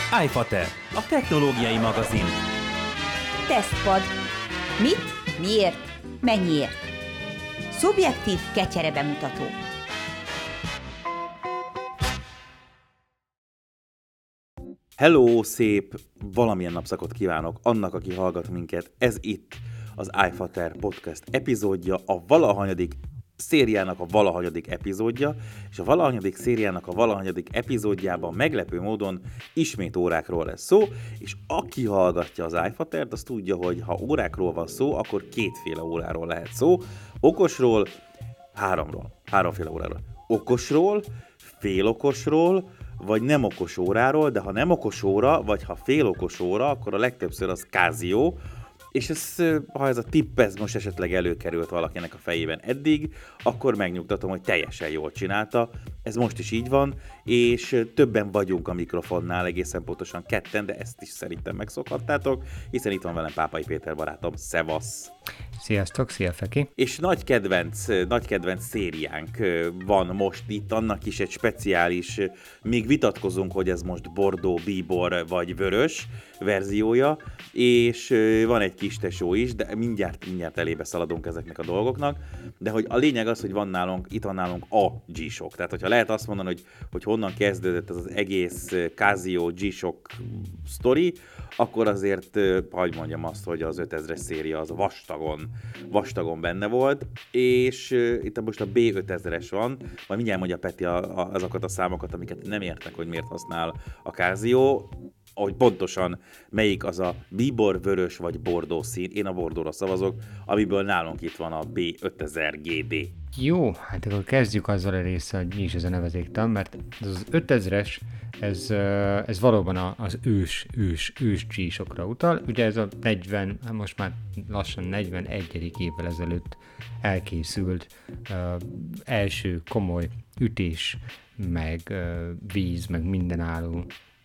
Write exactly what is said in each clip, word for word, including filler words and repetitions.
iFater, a technológiai magazin. Tesztpad. Mit, miért, mennyiért? Szubjektív ketyere bemutató. Hello, szép valamilyen napszakot kívánok annak, aki hallgat minket. Ez itt az iFater podcast epizódja, a valahanyadik szériának a valahanyadik epizódja, és a valahanyadik szériának a valahanyadik epizódjában meglepő módon ismét órákról lesz szó, és aki hallgatja az iFatert, az tudja, hogy ha órákról van szó, akkor kétféle óráról lehet szó. Okosról, háromról, háromféle óráról. Okosról, félokosról, vagy nem okos óráról, de ha nem okos óra, vagy ha félokos óra, akkor a legtöbbször az Casio, és ez, ha ez a tipp ez most esetleg előkerült valakinek a fejében eddig, akkor megnyugtatom, hogy teljesen jól csinálta. Ez most is így van, és többen vagyunk a mikrofonnál, egészen pontosan ketten, de ezt is szerintem megszokhattátok, hiszen itt van velem Pápai Péter barátom. Szevasz! Sziasztok, szia Feki! És nagy kedvenc, nagy kedvenc szériánk van most itt, annak is egy speciális, még vitatkozunk, hogy ez most bordó, bíbor vagy vörös verziója, és van egy kis tesó is, de mindjárt, mindjárt elébe szaladunk ezeknek a dolgoknak, de hogy a lényeg az, hogy van nálunk, itt van nálunk a G-Shock, tehát hogyha lehet azt mondani, hogy, hogy honnan kezdődött ez az egész Casio G-Shock sztori, akkor azért, hadd mondjam azt, hogy az ötezres széria az vastagon, vastagon benne volt, és uh, itt most a B ötezres van, majd mindjárt mondja Peti a, a, azokat a számokat, amiket nem értek, hogy miért használ a Casio, hogy pontosan melyik az a bíbor, vörös vagy bordó szín. Én a bordóra szavazok, amiből nálunk itt van a B ötezer gé dé. Jó, hát akkor kezdjük azzal a résszel, hogy mi is ez a nevezéktan, mert ez az ötezres, ez, ez valóban az ős, ős, ős G-Shockra utal. Ugye ez a negyven, most már lassan negyvenegy. évvel ezelőtt elkészült uh, első komoly ütés, meg uh, víz, meg mindenálló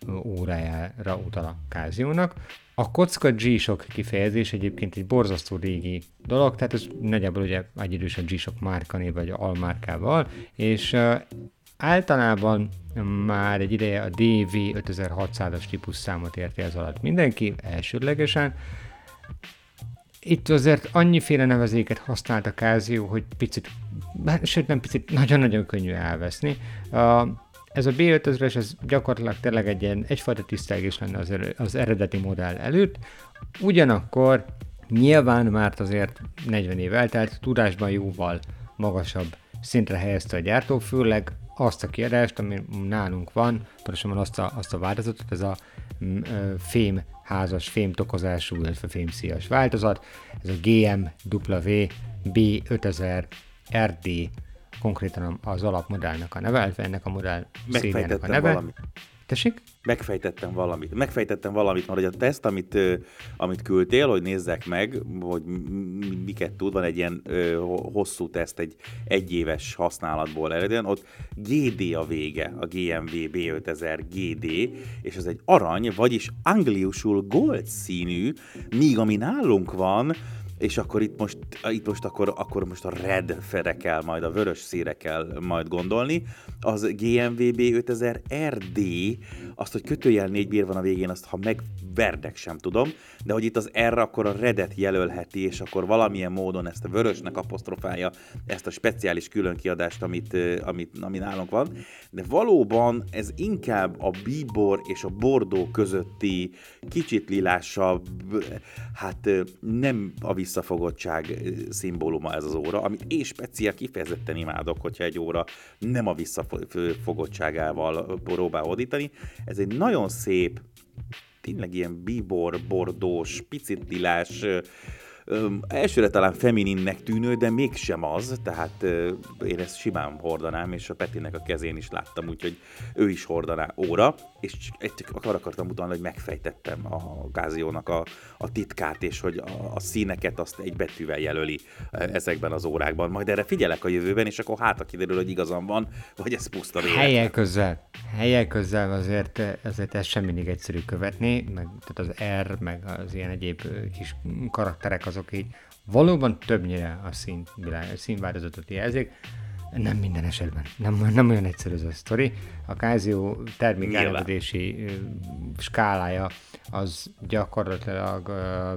órájára utal a Casio-nak. A kocka G-Shock kifejezés egyébként egy borzasztó régi dolog, tehát ez nagyjából ugye egyidős a G-Shock márkanév vagy almárkával, és uh, általában már egy ideje a dé vé ötezer-hatszázas típus számot érti ez alatt mindenki, elsődlegesen. Itt azért annyiféle nevezéket használt a Casio, hogy picit, sőt nem picit, nagyon-nagyon könnyű elveszni. Uh, Ez a B ötezres, ez gyakorlatilag tényleg egy ilyen, egyfajta tisztelgés lenne az, er- az eredeti modell előtt, ugyanakkor nyilván már azért negyven év eltelt, tudásban jóval magasabb szintre helyezte a gyártó, főleg azt a kiadást, ami nálunk van, pontosabban azt a, azt a változatot, ez a m, ö, fém házas, fém tokozású, illetve fém szíjas változat, ez a gé em dupla vé B ötezer er dé, konkrétan az alapmodellnek a neve, illetve ennek a modell szériának a neve. Valamit. Tessék? Megfejtettem valamit. Megfejtettem valamit, mert hogy a teszt, amit, amit küldtél, hogy nézzek meg, hogy miket tud, van egy ilyen ö, hosszú teszt, egy egyéves használatból eredően, ott gé dé a vége, a gé em vé B ötezer gé dé, és ez egy arany, vagyis angliusul gold színű, míg ami nálunk van, és akkor itt most, itt most akkor, akkor most a red fere kell majd, a vörös színre kell majd gondolni, az gé em vé B ötezer er dé, azt, hogy kötőjel négy bír van a végén, azt ha megverdek sem tudom, de hogy itt az R akkor a redet jelölheti, és akkor valamilyen módon ezt a vörösnek apostrofálja, ezt a speciális különkiadást, amit, amit, ami nálunk van, de valóban ez inkább a bíbor és a bordó közötti kicsit lilásabb, hát nem a visszafogottság szimbóluma ez az óra, amit én speciál kifejezetten imádok, hogyha egy óra nem a visszafogottságával próbál hódítani. Ez egy nagyon szép, tényleg ilyen bíbor, bordós, picit lilás, Öm, elsőre talán femininnek tűnő, de mégsem az, tehát ö, én ezt simán hordanám, és a Petinek a kezén is láttam, úgyhogy ő is hordaná óra, és csak arra akartam utalni, hogy megfejtettem a Casio-nak a, a titkát, és hogy a, a színeket azt egy betűvel jelöli ezekben az órákban. Majd erre figyelek a jövőben, és akkor hát, kiderül, hogy igazam van, vagy ez puszta véletlen. Helyek közel, helyek közel azért, azért ez sem mindig egyszerű követni, meg tehát az R, meg az ilyen egyéb kis karakterek azok így valóban többnyire a szín, színváltozatot jelzik. Nem minden esetben. Nem, nem olyan egyszerű ez a sztori. A Casio termék elnevezési skálája az gyakorlatilag uh,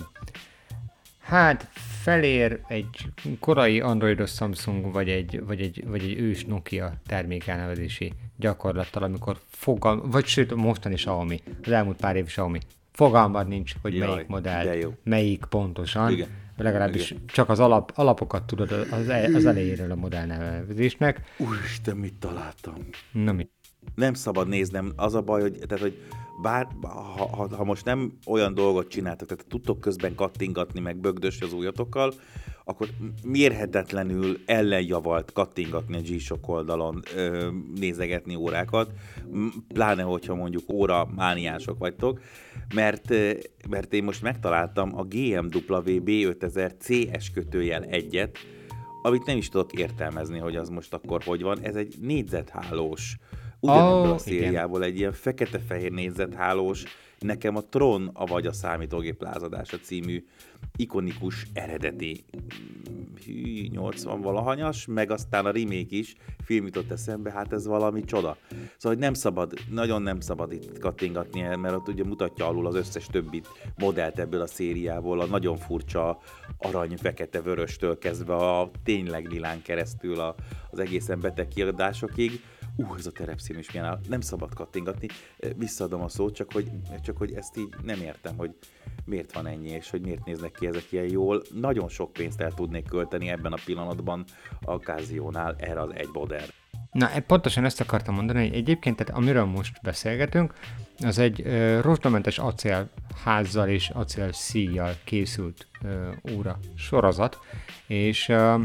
hát felér egy korai androidos Samsung vagy egy, vagy egy, vagy egy ős Nokia termék elnevezési gyakorlattal, amikor fogal, vagy sőt mostani Xiaomi, az elmúlt pár év Xiaomi. Fogalmad nincs, hogy Jaj, melyik modell, melyik pontosan. Igen. Legalábbis Igen. csak az alap, alapokat tudod az, az elejéről a modell nevezésnek. Úristen, mit találtam? Na mi? Nem szabad néznem. Az a baj, hogy, tehát, hogy bár, ha, ha, ha most nem olyan dolgot csináltak, tehát tudtok közben kattingatni, meg bögdös az ujjatokkal, akkor mérhetetlenül ellenjavalt kattingatni a G-Shock oldalon, ö, nézegetni órákat, pláne, hogyha mondjuk óra mániások vagytok, mert, mert én most megtaláltam a gé em dupla vé bé ötezer cé es kötőjel egyet, amit nem is tudok értelmezni, hogy az most akkor hogy van. Ez egy négyzethálós, ugyanebből oh, a szériából igen. Egy ilyen fekete-fehér négyzethálós, nekem a Tron, avagy a Számítógép lázadása című ikonikus eredeti hű, nyolcvan valahanyas, meg aztán a remake is film jutott eszembe, hát ez valami csoda. Szóval, hogy nem szabad, nagyon nem szabad itt kattingatni, mert ott ugye mutatja alul az összes többi modellt ebből a szériából, a nagyon furcsa arany-fekete-vöröstől kezdve a tényleg lilán keresztül a, az egészen beteg kiadásokig. Uh, ez a terepszín is milyen áll. Nem szabad kattingatni. Visszaadom a szót, csak hogy, csak hogy ezt így nem értem, hogy miért van ennyi, és hogy miért néznek ki ezek ilyen jól. Nagyon sok pénzt el tudnék költeni ebben a pillanatban a Casio-nál erre az egy modellre. Na, pontosan ezt akartam mondani, hogy egyébként, tehát amiről most beszélgetünk, az egy uh, rozsdamentes acélházzal és acélszíjjal készült uh, óra sorozat, és uh,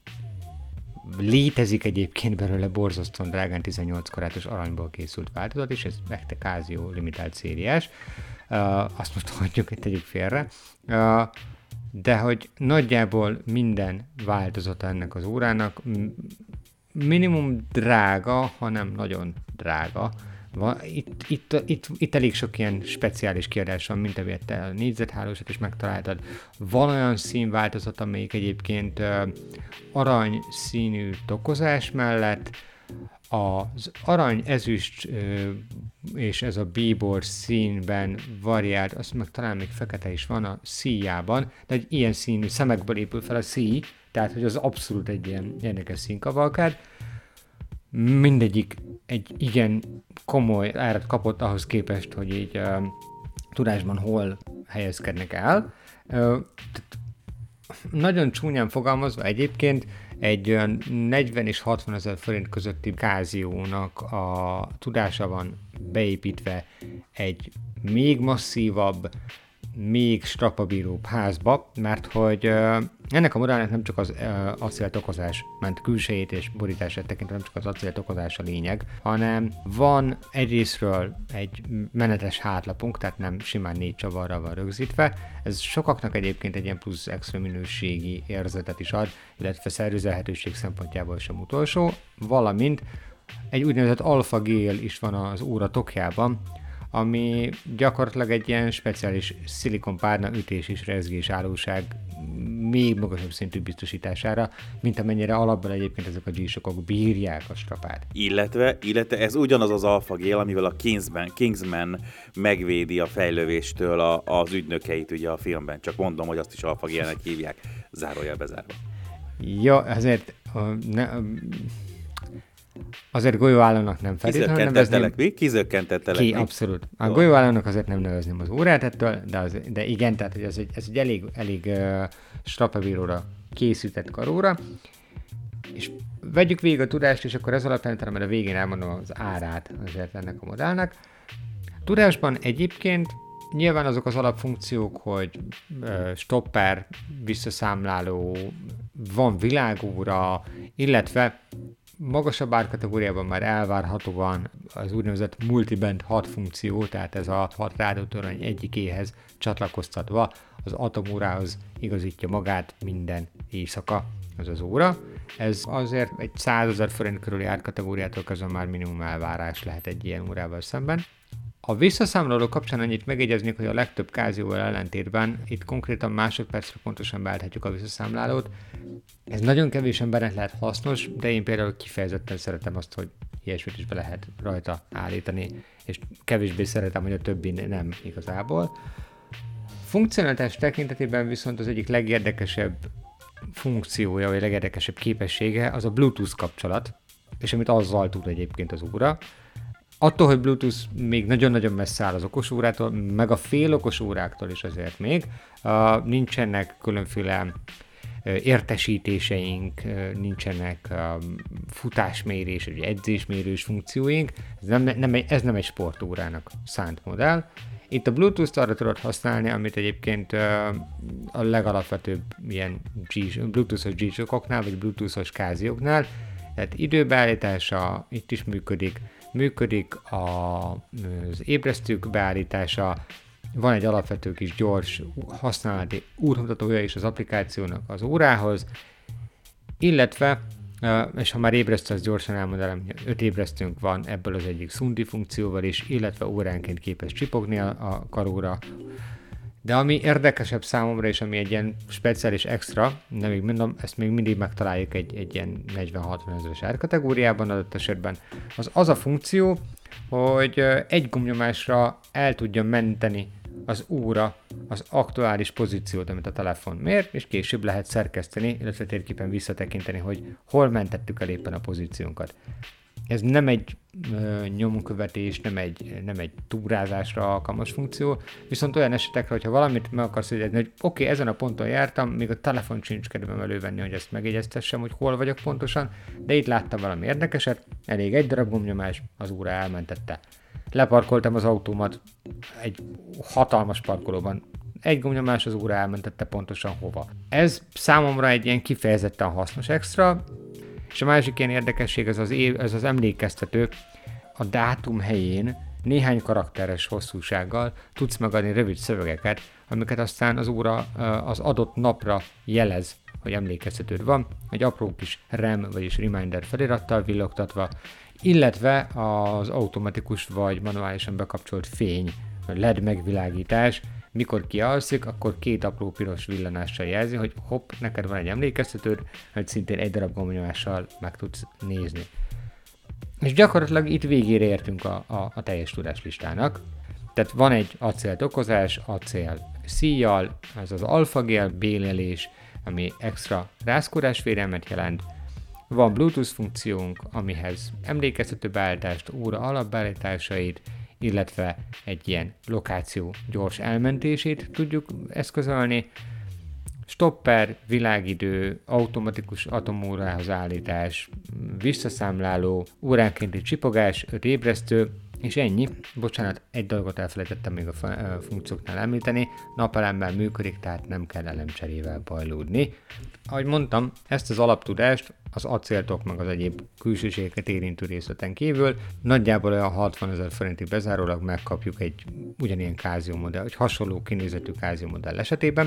létezik egyébként belőle borzasztóan drágán tizennyolc karátos aranyból készült változat, és ez Ekte Casio limitált szériás. Uh, azt most hagyjuk, hogy tegyük félre. Uh, de hogy nagyjából minden változata ennek az órának minimum drága, hanem nagyon drága. Itt, itt, itt, itt elég sok ilyen speciális kiadás van, mint amilyet te a négyzethálósat is megtaláltad. Van olyan színváltozat, amelyik egyébként uh, arany színű tokozás mellett az arany, ezüst uh, és ez a bíbor színben variált, azt meg talán még fekete is van a szíjában, de egy ilyen színű szemekből épül fel a szíj, tehát hogy az abszolút egy ilyen érdekes színkavalkád. Mindegyik egy igen komoly árat kapott ahhoz képest, hogy így uh, tudásban hol helyezkednek el. Uh, nagyon csúnyán fogalmazva egyébként egy olyan negyven és hatvan ezer forint közötti Casio-nak a tudása van beépítve egy még masszívabb, még strapabíróbb házba, mert hogy uh, ennek a modellnek nem csak az uh, acéltokozás, ment külsejét és borítását tekintve nem csak az acéltokozás a lényeg, hanem van egyrészről egy menetes hátlapunk, tehát nem simán négy csavarral van rögzítve. Ez sokaknak egyébként egy ilyen plusz extra minőségi érzetet is ad, illetve szervizelhetőség szempontjából sem utolsó, valamint egy úgynevezett alfa gél is van az óra tokjában, ami gyakorlatilag egy ilyen speciális szilikonpárna ütés és rezgés állóság még magasabb szintű biztosítására, mint amennyire alapban egyébként ezek a G-Shockok bírják a strapát. Illetve, illetve ez ugyanaz az alfa gél, amivel a Kingsman, Kingsman megvédi a fejlövéstől a, az ügynökeit ugye a filmben. Csak mondom, hogy azt is alfa gélnek hívják, zárójel bezárva. Ja, azért... A, ne, a, Azért golyóállónak nem feltétlenül nevezném. Mi? Kizökkentettelek ki, abszolút. A golyóállónak azért nem nevezném az órát ettől, de, az, de igen, tehát hogy ez egy, ez egy elég, elég uh, strapabíróra készített karóra. És vegyük végig a tudást, és akkor ez alapján talán a végén elmondom az árát azért ennek a modellnek. Tudásban egyébként nyilván azok az alapfunkciók, hogy uh, stopper, visszaszámláló, van világóra, illetve magasabb árkategóriában már elvárhatóan az úgynevezett multiband hat funkció, tehát ez a hat rádiótorony egyikéhez csatlakoztatva az atomórához igazítja magát minden éjszaka az az óra. Ez azért egy százezer forint körüli árkategóriától kezdve már minimum elvárás lehet egy ilyen órával szemben. A visszaszámláló kapcsán annyit megjegyeznék, hogy a legtöbb Casio-val ellentétben itt konkrétan másodpercre pontosan beállíthatjuk a visszaszámlálót. Ez nagyon kevés embernek lehet hasznos, de én például kifejezetten szeretem azt, hogy ilyesmit is be lehet rajta állítani, és kevésbé szeretem, hogy a többi nem igazából. Funkcionalitás tekintetében viszont az egyik legérdekesebb funkciója, vagy legérdekesebb képessége az a Bluetooth kapcsolat, és amit azzal tud egyébként az óra. Attól, hogy Bluetooth még nagyon-nagyon messze áll az okos órától, meg a fél okos óráktól is azért még, uh, nincsenek különféle uh, értesítéseink, uh, nincsenek um, futásmérés, vagy edzésmérős funkcióink, ez nem, nem, ez nem egy sportórának szánt modell. Itt a Bluetooth-t arra tudod használni, amit egyébként uh, a legalapvetőbb ilyen G- Bluetooth-os G-Shockoknál, vagy Bluetooth-os Casio-knál, tehát időbeállítása itt is működik, működik a, az ébresztők beállítása, van egy alapvető kis gyors használati útmutatója is az applikációnak az órához, illetve, és ha már ébresztő, az gyorsan elmondanám, öt ébresztőnk van ebből az egyik szundi funkcióval is, illetve óránként képes csipogni a karóra. De ami érdekesebb számomra, és ami egy ilyen speciális extra, de még mondom, ezt még mindig megtaláljuk egy, egy ilyen negyven-hatvan ezeres árkategóriában adott esetben, az az a funkció, hogy egy gombnyomásra el tudja menteni az óra az aktuális pozíciót, amit a telefon mér, és később lehet szerkeszteni, illetve térképen visszatekinteni, hogy hol mentettük el éppen a pozíciónkat. Ez nem egy ö, nyomkövetés, nem egy, nem egy túrázásra alkalmas funkció, viszont olyan esetekre, hogyha valamit meg akarsz jegyezni, hogy oké, okay, ezen a ponton jártam, még a telefon sincs kedvem elővenni, hogy ezt megjegyeztessem, hogy hol vagyok pontosan, de itt láttam valami érdekeset, elég egy darab gombnyomás, az óra elmentette. Leparkoltam az autómat egy hatalmas parkolóban, egy gombnyomás, az óra elmentette pontosan hova. Ez számomra egy ilyen kifejezetten hasznos extra, és a másik ilyen érdekesség, ez az, év, ez az emlékeztető, a dátum helyén néhány karakteres hosszúsággal tudsz megadni rövid szövegeket, amiket aztán az óra az adott napra jelez, hogy emlékeztetőd van, egy apró kis rem, vagyis reminder felirattal villogtatva, illetve az automatikus vagy manuálisan bekapcsolt fény, el é dé megvilágítás, mikor kialszik, akkor két apró piros villanással jelzi, hogy hopp, neked van egy emlékeztetőd, hogy szintén egy darab gombnyomással meg tudsz nézni. És gyakorlatilag itt végére értünk a, a, a teljes tudáslistának. Tehát van egy acél okozás, acél szíjjal, ez az alfagél, bélelés, ami extra rázkódásvédelmet jelent. Van Bluetooth funkciónk, amihez emlékeztető beállítást, óra alapbeállításait, illetve egy ilyen lokáció gyors elmentését tudjuk eszközölni. Stopper, világidő, automatikus atomórához állítás, visszaszámláló, óránkénti csipogás, öt ébresztő, és ennyi. Bocsánat, egy dolgot elfelejtettem még a funkcióknál említeni, napelemmel működik, tehát nem kell elemcserével bajlódni. Ahogy mondtam, ezt az alaptudást az acéltok meg az egyéb külsőségeket érintő részleten kívül nagyjából olyan hatvanezer forintig bezárólag megkapjuk egy ugyanilyen Casio modell, egy hasonló kinézetű Casio modell esetében.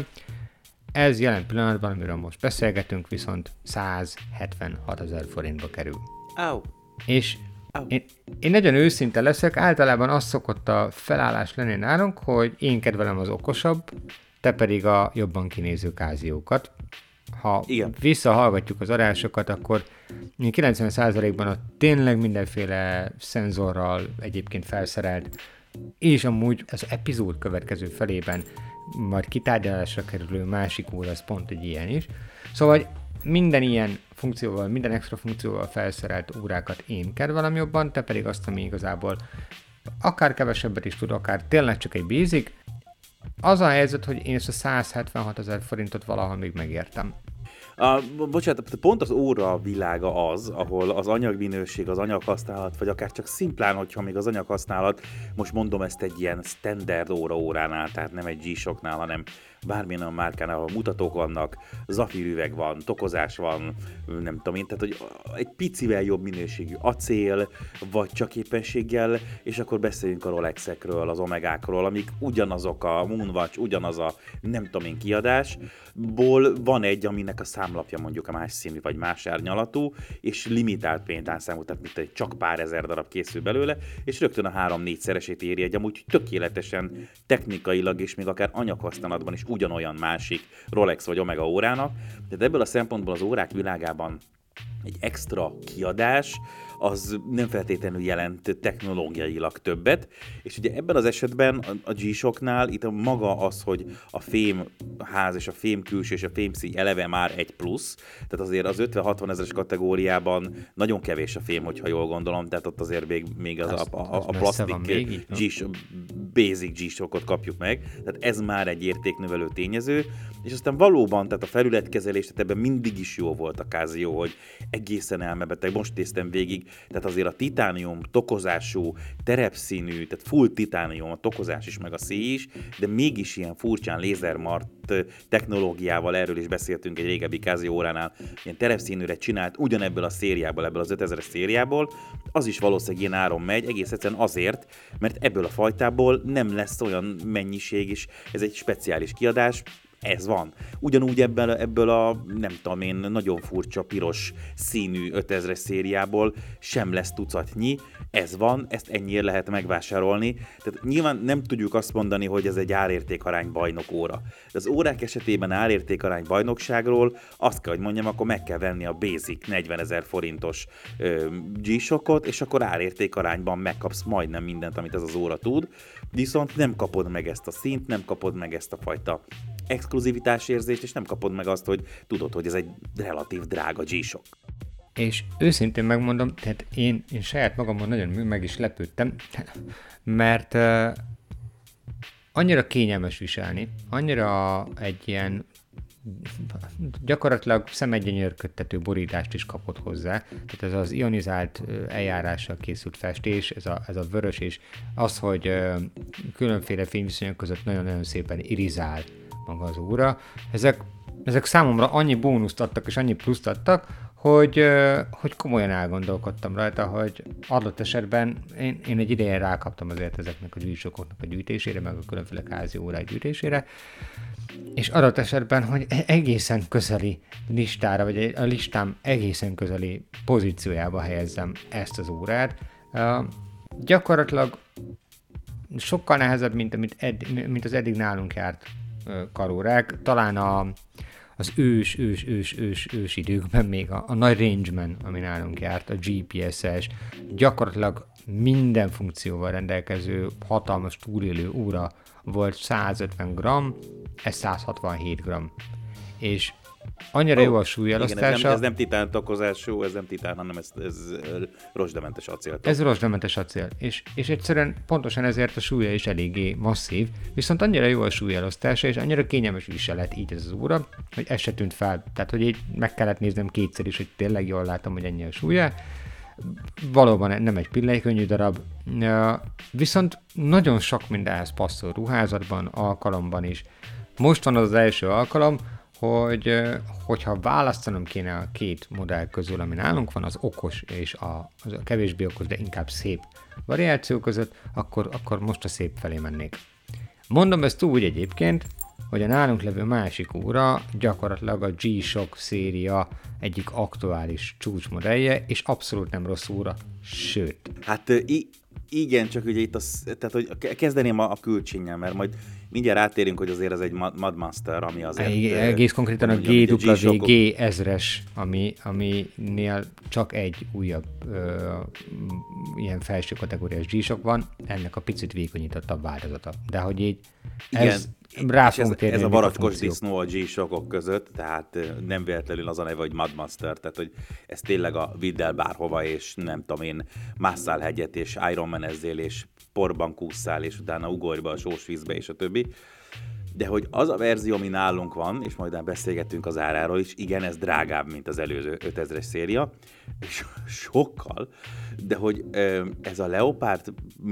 Ez jelen pillanatban, amiről most beszélgetünk, viszont százhetvenhatezer forintba kerül. Au. És én, én nagyon őszinte leszek, általában az szokott a felállás lenni nálunk, hogy én kedvelem az okosabb, te pedig a jobban kinéző Casio-kat. Ha Igen. visszahallgatjuk az adásokat, akkor kilencven százalékban a tényleg mindenféle szenzorral egyébként felszerelt, és amúgy az epizód következő felében majd kitárgyalásra kerülő másik óra, az pont egy ilyen is. Szóval minden ilyen funkcióval, minden extra funkcióval felszerelt órákat én kedvelem jobban, te pedig azt, ami igazából akár kevesebbet is tud, akár tényleg csak egy basic. Az a helyzet, hogy én ezt a százhetvenhatezer forintot valaha még megértem. A, bocsánat, pont az óra világa az, ahol az anyagminőség, az anyaghasználat, vagy akár csak szimplán, hogyha még az anyaghasználat, most mondom ezt egy ilyen standard óra óránál, tehát nem egy G-Shocknál, hanem bármilyen a márkánál, ahol mutatók vannak, zafírüveg van, tokozás van, nem tudom én, tehát hogy egy picivel jobb minőségű acél, vagy csak éppenséggel, és akkor beszéljünk a Rolexekről, az Omegákról, amik ugyanazok a Moonwatch, ugyanaz a nem tudom én kiadásból, van egy, aminek a számlapja mondjuk a más színű vagy más árnyalatú, és limitált példányszámú, tehát mint csak pár ezer darab készül belőle, és rögtön a három-négyszeresét éri egy amúgy tökéletesen technikailag és még akár anyaghasználatban is ugyanolyan másik Rolex vagy Omega órának. Tehát ebből a szempontból az órák világában egy extra kiadás, az nem feltétlenül jelent technológiailag többet, és ugye ebben az esetben a G-Shocknál itt a maga az, hogy a fémház és a fém külső és a fémszíj eleve már egy plusz, tehát azért az ötven-hatvan ezeres kategóriában nagyon kevés a fém, hogyha jól gondolom, tehát ott azért még, még az, az, a, a, a plastik G, basic G-Shockot kapjuk meg, tehát ez már egy értéknövelő tényező, és aztán valóban, tehát a felületkezelés, tehát ebben mindig is jó volt a Casio, hogy egészen elmebeteg, most néztem végig, tehát azért a titánium tokozású, terepszínű, tehát full titánium, a tokozás is, meg a szíj is, de mégis ilyen furcsán lézermart technológiával, erről is beszéltünk egy régebbi Casio óránál, ilyen terepszínűre csinált ugyanebből a szériából, ebből az ötezeres szériából, az is valószínűleg ilyen áron megy, egész egyszerűen azért, mert ebből a fajtából nem lesz olyan mennyiség is, ez egy speciális kiadás, ez van. Ugyanúgy ebből, ebből a, nem tudom én, nagyon furcsa piros színű ötezres szériából sem lesz tucatnyi, ez van, ezt ennyire lehet megvásárolni. Tehát nyilván nem tudjuk azt mondani, hogy ez egy árértékarány bajnok óra. De az órák esetében árértékarány bajnokságról azt kell, hogy mondjam, akkor meg kell venni a basic negyvenezer forintos ö, G-Shockot, és akkor árértékarányban megkapsz majdnem mindent, amit ez az óra tud, viszont nem kapod meg ezt a színt, nem kapod meg ezt a fajta exkluzivitás érzést, és nem kapod meg azt, hogy tudod, hogy ez egy relatív drága G-Shock. És őszintén megmondom, tehát én, én saját magamon nagyon meg is lepődtem, mert uh, annyira kényelmes viselni, annyira egy ilyen gyakorlatilag szemegyenyőrködtető borítást is kapott hozzá, tehát ez az ionizált eljárással készült festés, ez a, ez a vörös, és az, hogy uh, különféle fényviszonyok között nagyon-nagyon szépen irizál maga az óra. Ezek, ezek számomra annyi bónuszt adtak és annyi pluszt adtak, hogy, hogy komolyan elgondolkodtam rajta, hogy adott esetben én, én egy ideje rákaptam azért ezeknek a G-Shockoknak a gyűjtésére, meg a különféle Casio órák gyűjtésére, és adott esetben, hogy egészen közeli listára, vagy a listám egészen közeli pozíciójába helyezzem ezt az órát. Uh, gyakorlatilag sokkal nehezebb, mint, amit edd, mint az eddig nálunk járt karórák. Talán a, az ős, ős, ős, ős, ős időkben még a, a nagy rangeman, ami nálunk járt, a gé pé es-es, gyakorlatilag minden funkcióval rendelkező hatalmas túlélő óra volt százötven gramm, ez száz hatvanhét gramm. És annyira oh, jó a súlyelosztása. Ez nem, ez nem titán tokozású, ez nem titán, hanem ez, ez rozsdamentes acél. Ez rozsdamentes acél. És, és egyszerűen pontosan ezért a súlya is eléggé masszív, viszont annyira jó a súlyelosztása, és annyira kényelmes viselet így ez az óra, hogy ez se tűnt fel. Tehát, hogy így meg kellett néznem kétszer is, hogy tényleg jól látom, hogy ennyi a súlya. Valóban nem egy pillanatnyi darab, viszont nagyon sok mindenhez passzol ruházatban, alkalomban is. Most van az az első alkalom, hogy hogyha választanom kéne a két modell közül, ami nálunk van, az okos és a, az a kevésbé okos, de inkább szép variáció között, akkor, akkor most a szép felé mennék. Mondom ezt úgy egyébként, hogy a nálunk levő másik óra gyakorlatilag a G-Shock széria egyik aktuális csúcsmodellje, és abszolút nem rossz óra, sőt. Hát i- igen, csak ugye itt az, tehát hogy kezdeném a, a külcsénnyel, mert majd mindjárt átérünk, hogy azért ez egy Madmaster, ami azért... Egy, egész konkrétan a gé dupla vé gé ezres, ami, aminél csak egy újabb ö, ilyen felső kategóriás G-Shock van, ennek a picit vékonyítottabb változata. De hogy így ez igen, rá ez, térni, ez a varacskos disznó a G-Shockok között, tehát nem véletlenül az a neve, hogy Madmaster, tehát hogy ez tényleg a vidd el bárhova, és nem tudom én, másszál hegyet, és Ironman-ezzél, és porban kússzál, és utána ugorj be a sós vízbe, és a többi. De hogy az a verzió, ami nálunk van, és majd beszélgetünk az áráról is, igen, ez drágább, mint az előző ötezres széria, és sokkal, de hogy ez a leopárd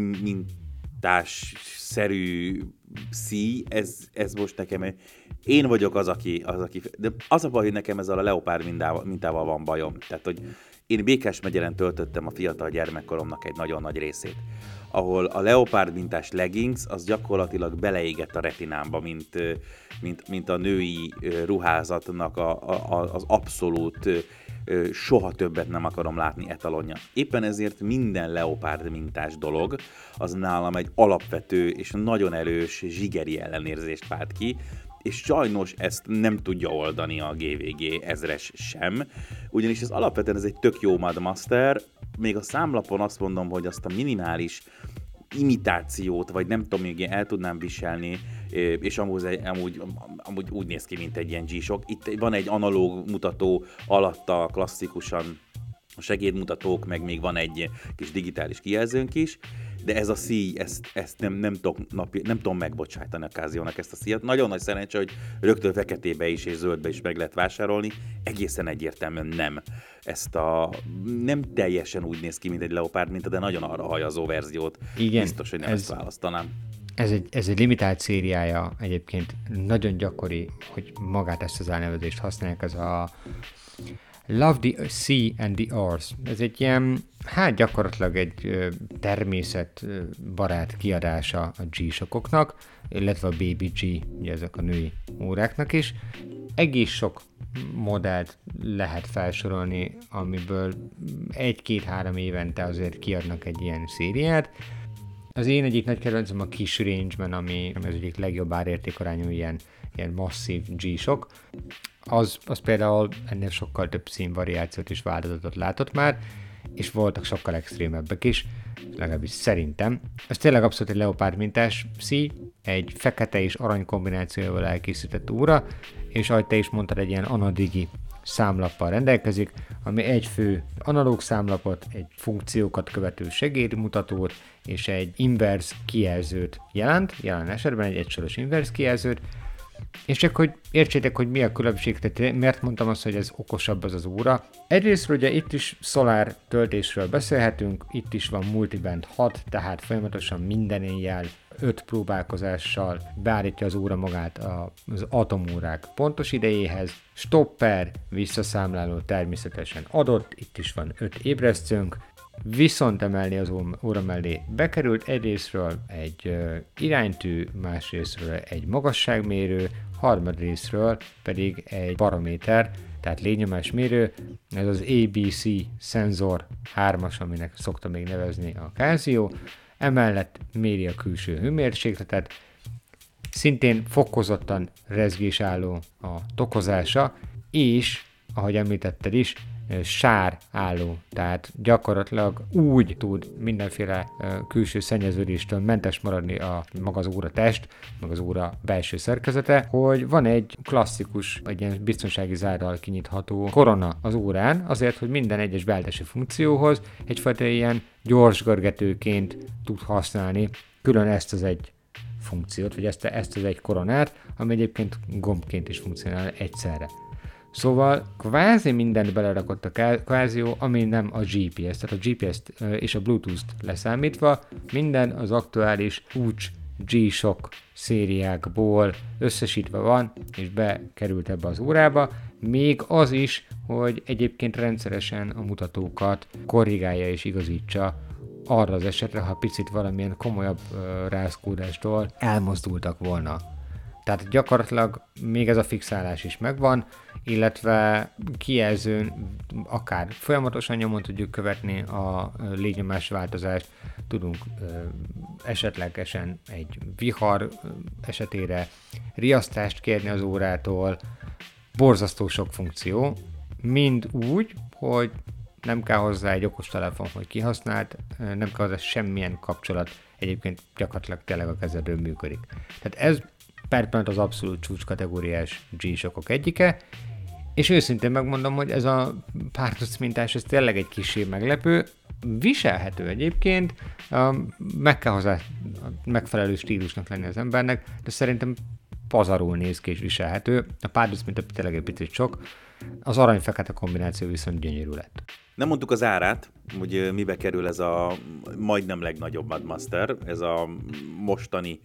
mintás-szerű szíj, ez, ez most nekem, én vagyok az, aki, az, aki, de az a baj, hogy nekem ezzel a leopárd mintával, mintával van bajom, tehát hogy Én Békás megyeren töltöttem a fiatal gyermekkoromnak egy nagyon nagy részét, ahol a leopárd mintás leggings az gyakorlatilag beleégett a retinámba, mint, mint, mint a női ruházatnak a, a, az abszolút soha többet nem akarom látni etalonja. Éppen ezért minden leopárd mintás dolog az nálam egy alapvető és nagyon erős zsigeri ellenérzést vált ki, és sajnos ezt nem tudja oldani a gé vé gé ezres sem, ugyanis ez alapvetően ez egy tök jó Mudmaster, még a számlapon azt mondom, hogy azt a minimális imitációt, vagy nem tudom, még el tudnám viselni, és amúgy, amúgy, amúgy úgy néz ki, mint egy ilyen G-Shock. Itt van egy analóg mutató alatta klasszikusan a segédmutatók, meg még van egy kis digitális kijelzőnk is, de ez a szíj, ezt, ezt nem, nem, tudom, napi, nem tudom megbocsájtani a Casio-nak ezt a szíjat. Nagyon nagy szerencse, hogy rögtön feketébe is és zöldbe is meg lehet vásárolni. Egészen egyértelműen nem. Ezt a nem teljesen úgy néz ki, mint egy leopárd minta, de nagyon arra hajazó verziót. Igen, biztos, hogy nem ez, ezt választanám. Ez egy, ez egy limitált szériája egyébként. Nagyon gyakori, hogy magát ezt az elnevezést használják, ez a Love the Sea and the Earth. Ez egy ilyen, hát gyakorlatilag egy természetbarát kiadása a G-Shockoknak, illetve a Baby G, ugye ezek a női óráknak is. Egész sok modellt lehet felsorolni, amiből egy-két-három évente azért kiadnak egy ilyen szériát. Az én egyik nagy kedvencem a kis Rangeman, ami az egyik legjobb árértékarányú ilyen, ilyen masszív G-Shock. Az, az például ennél sokkal több színvariációt és változatot látott már, és voltak sokkal extrémebbek is, legalábbis szerintem. Ez tényleg abszolút egy leopárd mintás szíj, egy fekete és arany kombinációval elkészített óra, és ahogy te is mondtad, egy ilyen anadigi számlappal rendelkezik, ami egy fő analóg számlapot, egy funkciókat követő segédmutatót és egy inverse kijelzőt jelent, jelen esetben egy egysoros inverse kijelzőt, és csak hogy értsétek, hogy mi a különbség, tehát miért mondtam azt, hogy ez okosabb az az óra. Egyrészt ugye itt is szolár töltésről beszélhetünk, itt is van multiband hat, tehát folyamatosan minden éjjel öt próbálkozással beállítja az óra magát az atomórák pontos idejéhez. Stopper, visszaszámláló természetesen adott, itt is van öt ébresztőnk, viszont emellé az óra mellé bekerült egyrészről egy uh, iránytű, másrészről egy magasságmérő, harmadrészről pedig egy barométer, tehát légnyomásmérő, ez az á bé cé szenzor hármas, aminek szokta még nevezni a Casio, emellett méri a külső hőmérsékletet, szintén fokozottan rezgésálló a tokozása, és, ahogy említetted is, sár álló, tehát gyakorlatilag úgy tud mindenféle külső szennyeződéstől mentes maradni a maga az óra test, meg az óra belső szerkezete, hogy van egy klasszikus, egy ilyen biztonsági zárral kinyitható korona az órán, azért, hogy minden egyes beállítási funkcióhoz egyfajta ilyen gyors görgetőként tud használni külön ezt az egy funkciót, vagy ezt, ezt az egy koronát, ami egyébként gombként is funkcionál egyszerre. Szóval kvázi mindent belerakott a Casio, ami nem a gé pé es, tehát a gé pé es-t és a Bluetooth-t leszámítva, minden az aktuális Uch G-Shock szériákból összesítve van, és bekerült ebbe az órába, még az is, hogy egyébként rendszeresen a mutatókat korrigálja és igazítsa arra az esetre, ha picit valamilyen komolyabb uh, rázkódástól elmozdultak volna. Tehát gyakorlatilag még ez a fixálás is megvan, illetve kijelzőn akár folyamatosan nyomon tudjuk követni a légnyomás változást, tudunk ö, esetlegesen egy vihar esetére riasztást kérni az órától, borzasztó sok funkció, mind úgy, hogy nem kell hozzá egy okostelefon, hogy kihasznált, nem kell hozzá semmilyen kapcsolat, egyébként gyakorlatilag tényleg a kezedről működik. Tehát ez per pillanat az abszolút csúcskategóriás G-Shockok egyike, és őszintén megmondom, hogy ez a párduc mintás, ez tényleg egy kissé meglepő, viselhető egyébként, meg kell hozzá megfelelő stílusnak lenni az embernek, de szerintem pazarul néz ki és viselhető, a párduc minta tényleg egy picit sok, az arany-fekete kombináció viszont gyönyörű lett. Nem mondtuk az árát, hogy mibe kerül ez a majdnem legnagyobb Mudmaster, ez a mostani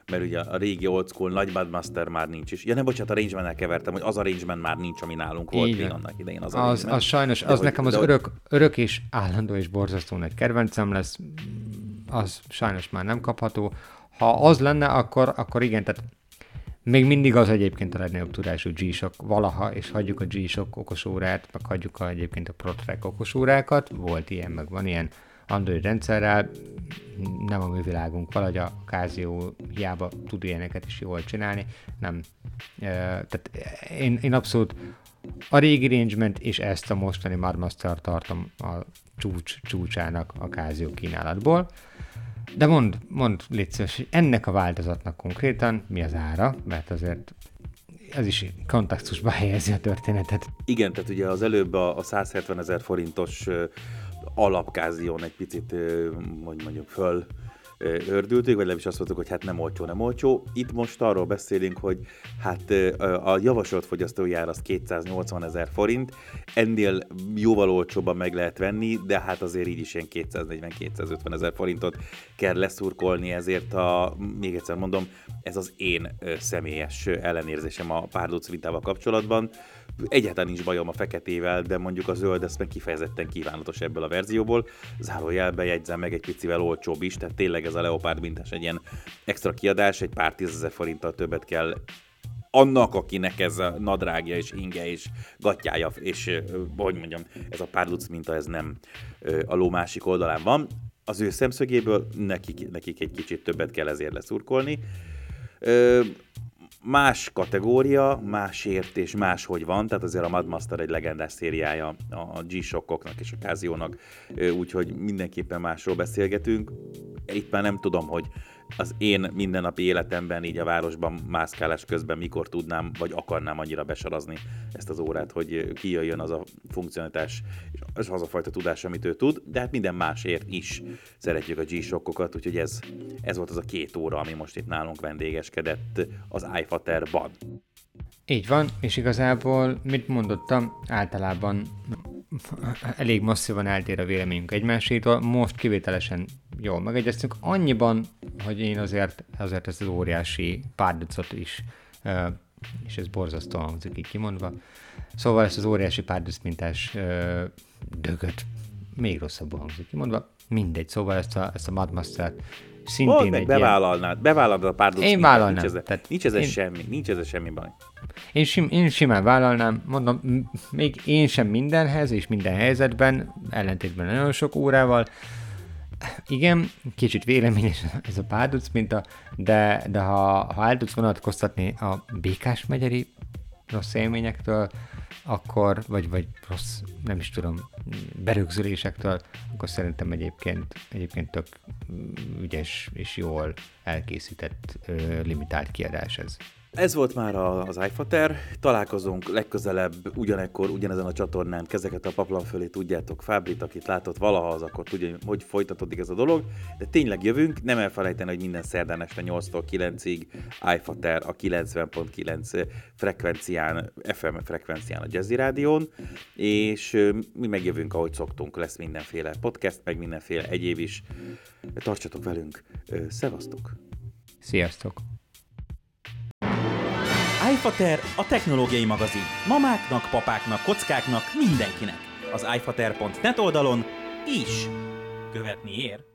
mert ugye a régi old school nagy Budmaster már nincs is. Ja nem, bocsánat, a Rangeman-nel kevertem, hogy az a Rangeman már nincs, ami nálunk volt még annak idején. Az, az, az sajnos, az hogy, nekem az örök, örök és állandó és borzasztó nagy kedvencem lesz, az sajnos már nem kapható. Ha az lenne, akkor, akkor igen, tehát még mindig az egyébként a legnagyobb tudású G-Shock valaha, és hagyjuk a G-Shock okosórát, meg hagyjuk a, egyébként a ProTrack okosórákat, volt ilyen, meg van ilyen Android rendszerrel, nem a mi világunk, valahogy a Casio hiába tud ilyeneket is jól csinálni, nem. E, tehát én, én abszolút a régi Rangeman és ezt a mostani Mudmaster tartom a csúcs, csúcsának a Casio kínálatból. De mondd, mondd, légy szíves, ennek a változatnak konkrétan mi az ára, mert azért ez is kontextusba helyezi a történetet. Igen, tehát ugye az előbb a, a száz hetven ezer forintos uh, alapkázión egy picit, uh, hogy mondjuk, föl uh, ördültük, vagy legalábbis azt mondtuk, hogy hát nem olcsó, nem olcsó. Itt most arról beszélünk, hogy hát uh, a javasolt fogyasztói ár az kétszáznyolcvan ezer forint, ennél jóval olcsóban meg lehet venni, de hát azért így is ilyen kétszáznegyven-kétszázötven ezer forintot kell leszurkolni, ezért a, még egyszer mondom, ez az én uh, személyes ellenérzésem a párduc vitával kapcsolatban. Egyáltalán nincs bajom a feketével, de mondjuk a zöld, ez meg kifejezetten kívánatos ebből a verzióból. Zárójelben jegyzem meg, egy picivel olcsóbb is, tehát tényleg ez a leopárd mintás egy ilyen extra kiadás, egy pár tízezer forinttal többet kell annak, akinek ez a nadrágja és inge és gatyája, és hogy mondjam, ez a párduc minta, ez nem a ló másik oldalán van. Az ő szemszögéből nekik, nekik egy kicsit többet kell ezért leszurkolni. Más kategória, másért és máshogy van, tehát azért a Mudmaster egy legendás szériája a G-Shockoknak és a Casio-nak, úgyhogy mindenképpen másról beszélgetünk. Itt már nem tudom, hogy az én mindennapi életemben így a városban mászkálás közben mikor tudnám, vagy akarnám annyira besarazni ezt az órát, hogy kijöjjön az a funkcionalitás és az a fajta tudás, amit ő tud, de hát minden másért is szeretjük a G-Shockokat, úgyhogy ez, ez volt az a két óra, ami most itt nálunk vendégeskedett az iFaterban. Így van, és igazából, mit mondottam, általában elég masszívan eltér a véleményünk egymásétól, most kivételesen jól megegyeztünk, annyiban, hogy én azért, azért ezt az óriási párducot is, és ez borzasztóan hangzik így kimondva, szóval ezt az óriási párduc mintás dögöt még rosszabbul hangzik kimondva, mindegy, szóval ezt a, ezt a Mudmaster-t szintén Volt meg egy bevállalnád, ilyen... bevállalnád a párduc én mintát, vállalnám. Nincs ez, Tehát nincs ez én... semmi, nincs ez semmi baj. Én, sim, én simán vállalnám, mondom, még én sem mindenhez és minden helyzetben, ellentétben nagyon sok órával. Igen, kicsit véleményes ez a párduc minta, de, de ha, ha el tudsz vonatkoztatni a Békás megyeri rossz élményektől, akkor, vagy, vagy rossz, nem is tudom, berögzülésektől, akkor szerintem egyébként, egyébként tök ügyes és jól elkészített limitált kiadás ez. Ez volt már az iFater, találkozunk legközelebb ugyanekkor, ugyanezen a csatornán, kezeket a paplan fölé, tudjátok, Fábrit, akit látott valaha, az akkor tudja, hogy folytatódik ez a dolog, de tényleg jövünk, nem elfelejteni, hogy minden szerdán este nyolctól kilencig iFater a kilencven pont kilenc frekvencián, ef em frekvencián a Jazzy Rádión, és mi megjövünk, ahogy szoktunk, lesz mindenféle podcast, meg mindenféle egyéb is. Tartsatok velünk, szevasztok! Sziasztok! iFater a technológiai magazin. Mamáknak, papáknak, kockáknak, mindenkinek. Az iFater pont net oldalon is követni ér.